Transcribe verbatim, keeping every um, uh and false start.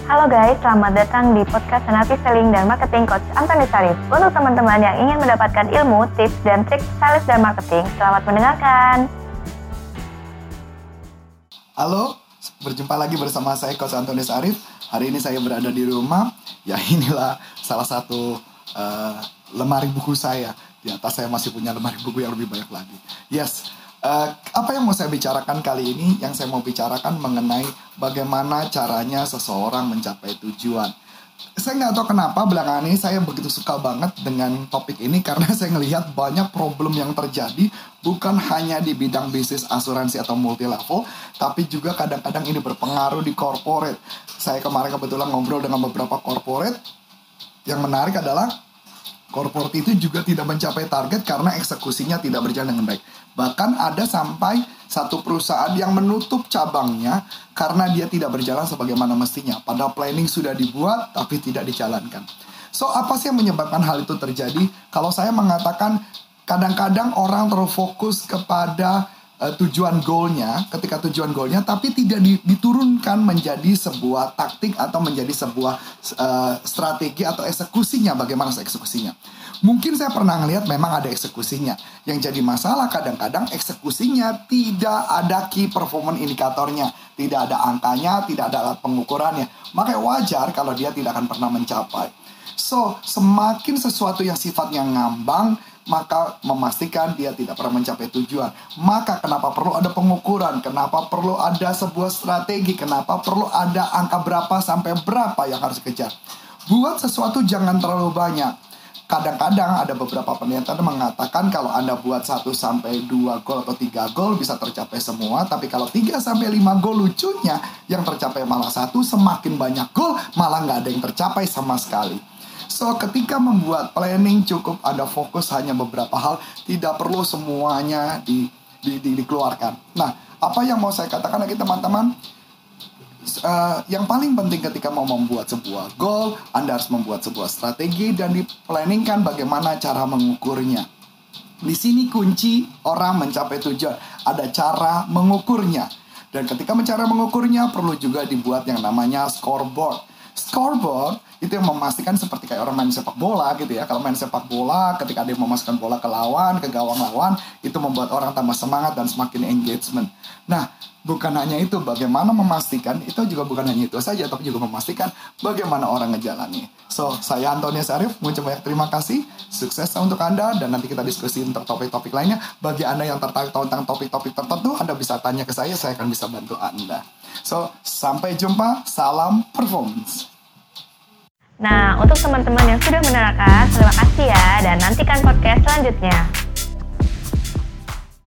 Halo guys, selamat datang di podcast Senapi Selling dan Marketing Coach Antoni Sarif. Untuk teman-teman yang ingin mendapatkan ilmu, tips, dan trik sales dan marketing, selamat mendengarkan. Halo, berjumpa lagi bersama saya Coach Antoni Sarif. Hari ini saya berada di rumah. Ya inilah salah satu uh, lemari buku saya. Di atas saya masih punya lemari buku yang lebih banyak lagi. Yes. Uh, apa yang mau saya bicarakan kali ini? Yang saya mau bicarakan mengenai bagaimana caranya seseorang mencapai tujuan. Saya nggak tahu kenapa belakangan ini saya begitu suka banget dengan topik ini, karena saya ngelihat banyak problem yang terjadi bukan hanya di bidang bisnis asuransi atau multi level, tapi juga kadang-kadang ini berpengaruh di corporate. Saya kemarin kebetulan ngobrol dengan beberapa corporate. Yang menarik adalah corporate itu juga tidak mencapai target karena eksekusinya tidak berjalan dengan baik. Bahkan ada sampai satu perusahaan yang menutup cabangnya karena dia tidak berjalan sebagaimana mestinya. Padahal planning sudah dibuat tapi tidak dijalankan. So, apa sih yang menyebabkan hal itu terjadi? Kalau saya mengatakan kadang-kadang orang terlalu fokus kepada uh, tujuan goalnya, ketika tujuan goalnya, tapi tidak diturunkan menjadi sebuah taktik atau menjadi sebuah uh, strategi atau eksekusinya, bagaimana eksekusinya. Mungkin saya pernah ngelihat memang ada eksekusinya. Yang jadi masalah kadang-kadang eksekusinya tidak ada key performance indikatornya, tidak ada angkanya, tidak ada alat pengukurannya. Makanya wajar kalau dia tidak akan pernah mencapai. So, semakin sesuatu yang sifatnya ngambang, maka memastikan dia tidak pernah mencapai tujuan. Maka kenapa perlu ada pengukuran? Kenapa perlu ada sebuah strategi? Kenapa perlu ada angka berapa sampai berapa yang harus dikejar? Buat sesuatu jangan terlalu banyak. Kadang-kadang ada beberapa penelitian mengatakan kalau Anda buat satu sampai dua goal atau tiga goal bisa tercapai semua. Tapi kalau tiga sampai lima goal, lucunya yang tercapai malah satu, semakin banyak goal malah nggak ada yang tercapai sama sekali. So, ketika membuat planning cukup Anda fokus hanya beberapa hal, tidak perlu semuanya di, di, di, dikeluarkan. Nah, apa yang mau saya katakan lagi teman-teman? Uh, yang paling penting ketika mau membuat sebuah goal, Anda harus membuat sebuah strategi dan diplanningkan bagaimana cara mengukurnya. Di sini kunci orang mencapai tujuan, ada cara mengukurnya. Dan ketika mencari mengukurnya perlu juga dibuat yang namanya scoreboard. Scoreboard itu yang memastikan seperti kayak orang main sepak bola gitu ya. Kalau main sepak bola, ketika dia memasukkan bola ke lawan, ke gawang lawan, itu membuat orang tambah semangat dan semakin engagement. Nah, bukan hanya itu, bagaimana memastikan, itu juga bukan hanya itu saja, tapi juga memastikan bagaimana orang ngejalani. So, saya Antoni Sarif, mengucapkan banyak terima kasih, sukses untuk Anda, dan nanti kita diskusi untuk topik-topik lainnya. Bagi Anda yang tertarik tentang topik-topik tertentu, Anda bisa tanya ke saya, saya akan bisa bantu Anda. So, sampai jumpa, salam performance. Nah, untuk teman-teman yang sudah menerangkan, terima kasih ya, dan nantikan podcast selanjutnya.